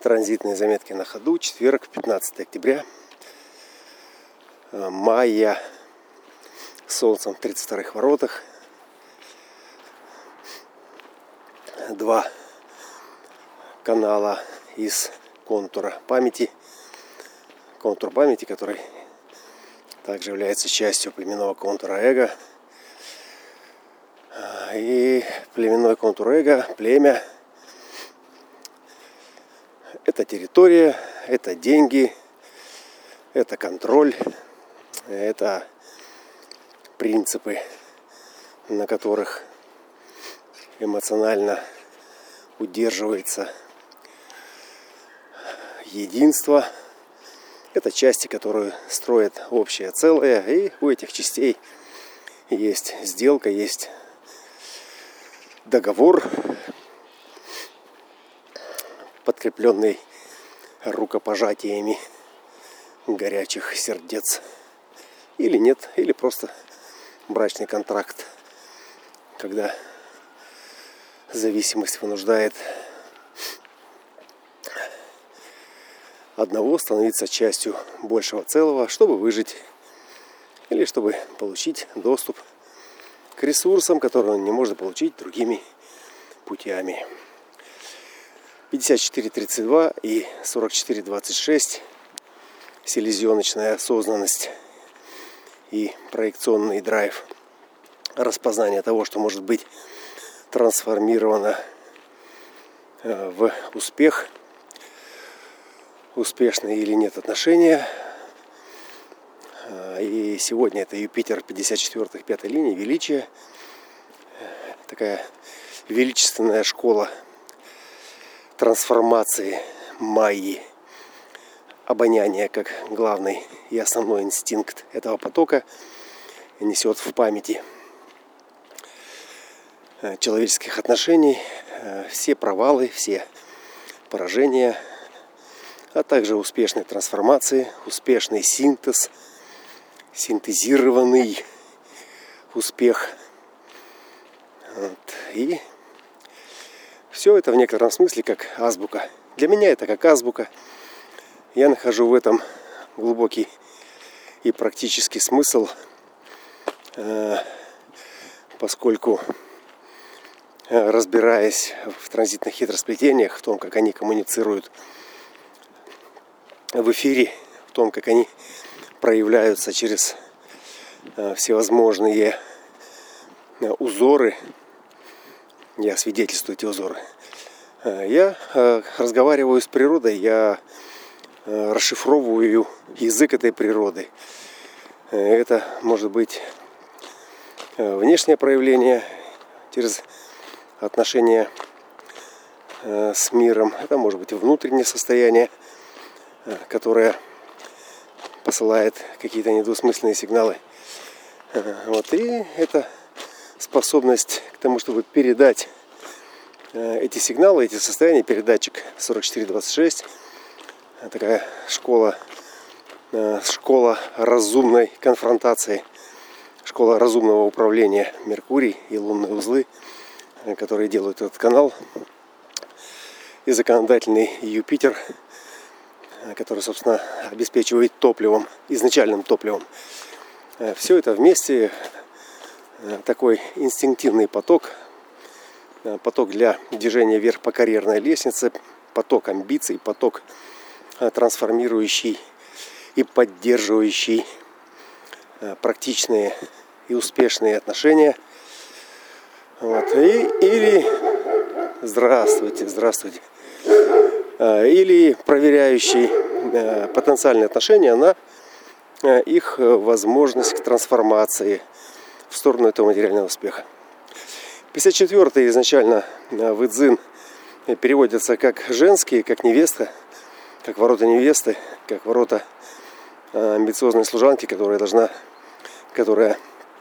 Транзитные заметки на ходу. Четверг, 15 октября. Майя. Солнцем в 32-х воротах. Два канала из контура памяти. Контур памяти, который также является частью племенного контура эго. И племенной контур эго, племя. Это территория, это деньги, это контроль, это принципы, на которых эмоционально удерживается единство. Это части, которые строят общее целое, и у этих частей есть сделка, есть договор, подкрепленный рукопожатиями горячих сердец. Или нет, или просто брачный контракт, когда зависимость вынуждает одного становиться частью большего целого, чтобы выжить или чтобы получить доступ к ресурсам, которые он не может получить другими путями. 54.32 и 44.26. Селезеночная осознанность и проекционный драйв. Распознание того, что может быть трансформировано в успех. Успешные или нет отношения. И сегодня это Юпитер 54-х, 5-й линии, величие. Такая величественная школа трансформации Майи. Обоняние как главный и основной инстинкт этого потока несет в памяти человеческих отношений все провалы, все поражения, а также успешные трансформации, успешный синтез, синтезированный успех. И все это в некотором смысле как азбука. Для меня это как азбука. Я нахожу в этом глубокий и практический смысл, поскольку, разбираясь в транзитных хитросплетениях, в том, как они коммуницируют в эфире, в том, как они проявляются через всевозможные узоры, я свидетельствую эти узоры. Я разговариваю с природой, я расшифровываю язык этой природы. Это может быть внешнее проявление через отношения с миром. Это может быть внутреннее состояние, которое посылает какие-то недвусмысленные сигналы. И это способность к тому, чтобы передать эти сигналы, эти состояния. Передатчик 4426. Такая школа разумной конфронтации, школа разумного управления. Меркурий и лунные узлы, которые делают этот канал. И законодательный Юпитер, который, собственно, обеспечивает топливом, изначальным топливом. Все это вместе такой инстинктивный поток. Поток для движения вверх по карьерной лестнице. Поток амбиций, поток трансформирующий и поддерживающий практичные и успешные отношения. Или здравствуйте. Или проверяющий потенциальные отношения на их возможность к трансформации в сторону этого материального успеха. 54-й изначально в Идзин переводится как женские, как невеста, как ворота невесты, как ворота амбициозной служанки, которая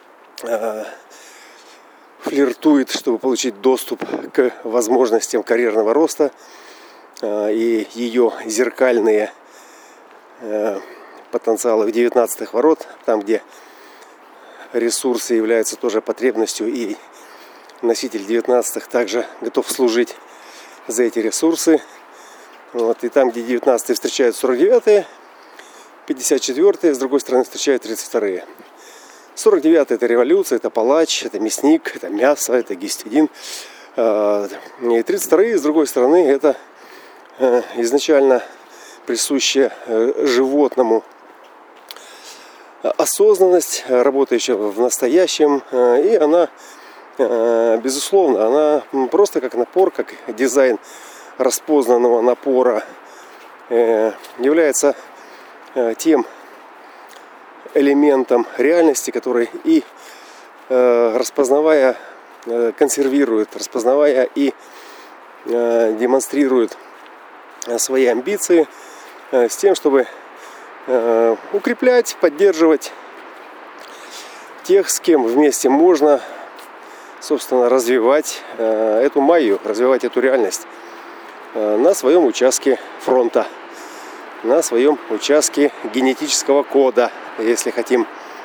флиртует, чтобы получить доступ к возможностям карьерного роста, и ее зеркальные потенциалы в 19-х ворот, там, где ресурсы являются тоже потребностью, и носитель 19-х также готов служить за эти ресурсы. Вот, и там, где 19-е встречают 49-е, 54-е, с другой стороны, встречают 32-е. 49-е это революция, это палач, это мясник, это мясо, это гистидин. И 32-е, с другой стороны, это изначально присущая животному осознанность, работающая в настоящем. И она, безусловно, она просто как напор, как дизайн распознанного напора является тем элементом реальности, который и распознавая, консервирует, распознавая и демонстрирует свои амбиции с тем, чтобы укреплять, поддерживать тех, с кем вместе можно, собственно, развивать эту майю, развивать эту реальность на своем участке фронта, на своем участке генетического кода, если хотим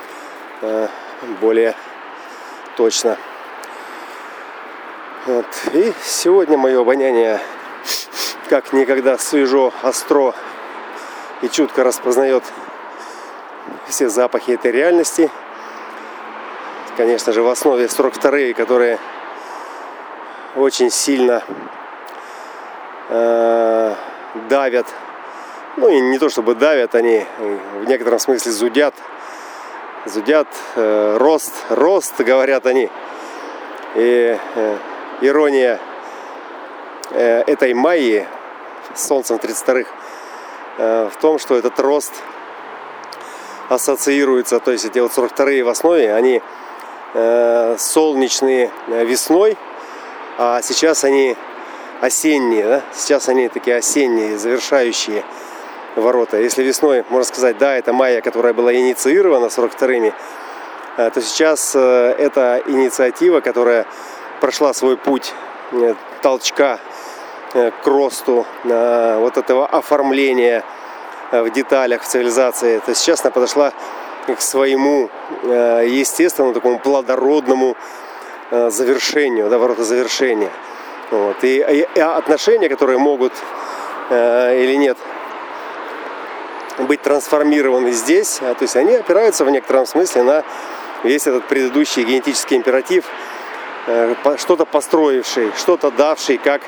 более точно. Вот. И сегодня мое обоняние как никогда свежо, остро и чутко распознает все запахи этой реальности. Конечно же, в основе 42-е, которые очень сильно давят. Ну и не то чтобы давят, они в некотором смысле зудят. Зудят, рост, говорят они. И ирония этой майи с солнцем 32-х в том, что этот рост ассоциируется, то есть эти вот 42-е в основе, они солнечные весной, а сейчас они осенние, да? Сейчас они такие осенние, завершающие ворота. Если весной, можно сказать, да, это майя, которая была инициирована 42-ми, то сейчас это инициатива, которая прошла свой путь толчка к росту вот этого оформления в деталях, в цивилизации. То сейчас она подошла к своему естественному, такому плодородному завершению, да, ворота завершения. Вот. И отношения, которые могут или нет быть трансформированы здесь, то есть они опираются в некотором смысле на весь этот предыдущий генетический императив, что-то построивший, что-то давший как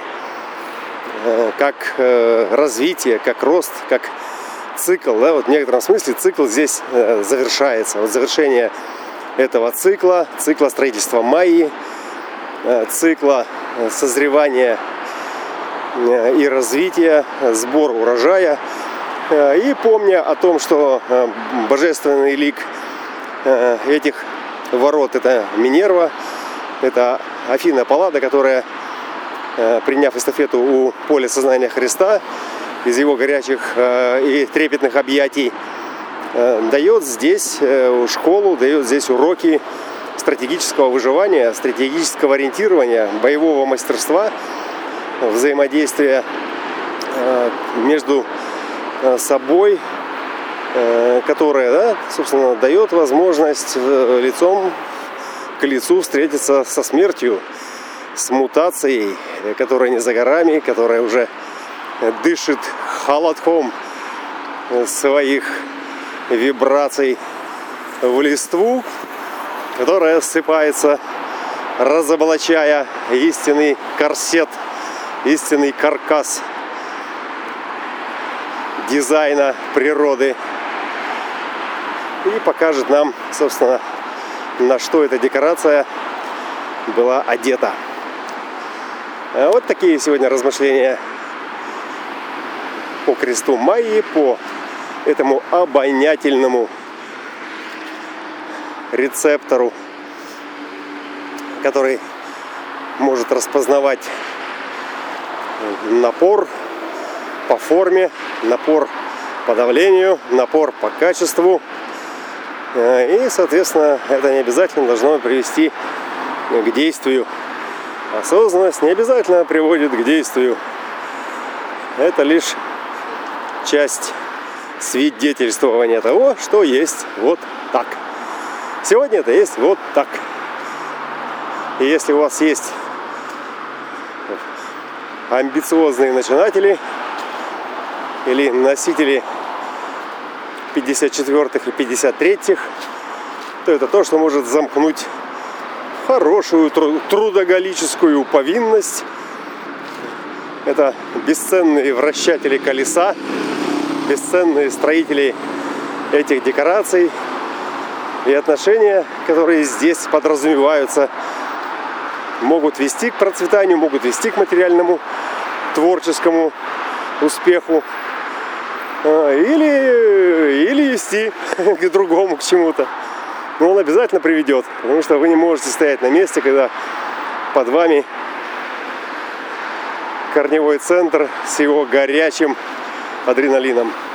развитие, как рост, как цикл. Да? Вот в некотором смысле цикл здесь завершается. Вот завершение этого цикла строительства майи, цикла созревания и развития, сбора урожая. И помня о том, что божественный лик этих ворот — это Минерва, это Афина Паллада, которая, приняв эстафету у поля сознания Христа, из его горячих и трепетных объятий, дает здесь школу, дает здесь уроки стратегического выживания, стратегического ориентирования, боевого мастерства, взаимодействия между собой, которое, да, собственно, дает возможность лицом к лицу встретиться со смертью, с мутацией, которая не за горами, которая уже дышит холодком своих вибраций в листву, которая ссыпается, разоблачая истинный корсет, истинный каркас дизайна природы, и покажет нам, собственно, на что эта декорация была одета. Вот такие сегодня размышления по кресту майи, по этому обонятельному рецептору, который может распознавать напор по форме, напор по давлению, напор по качеству. И, соответственно, это не обязательно должно привести к действию. Осознанность не обязательно приводит к действию. Это лишь часть свидетельствования того, что есть вот так. Сегодня это есть вот так. И если у вас есть амбициозные начинатели, или носители 54-х и 53-х, то это то, что может замкнуть хорошую трудоголическую повинность. Это бесценные вращатели колеса, бесценные строители этих декораций. И отношения, которые здесь подразумеваются, могут вести к процветанию, могут вести к материальному, творческому успеху. Или вести к другому, к чему-то. Но он обязательно приведет, потому что вы не можете стоять на месте, когда под вами корневой центр с его горячим адреналином.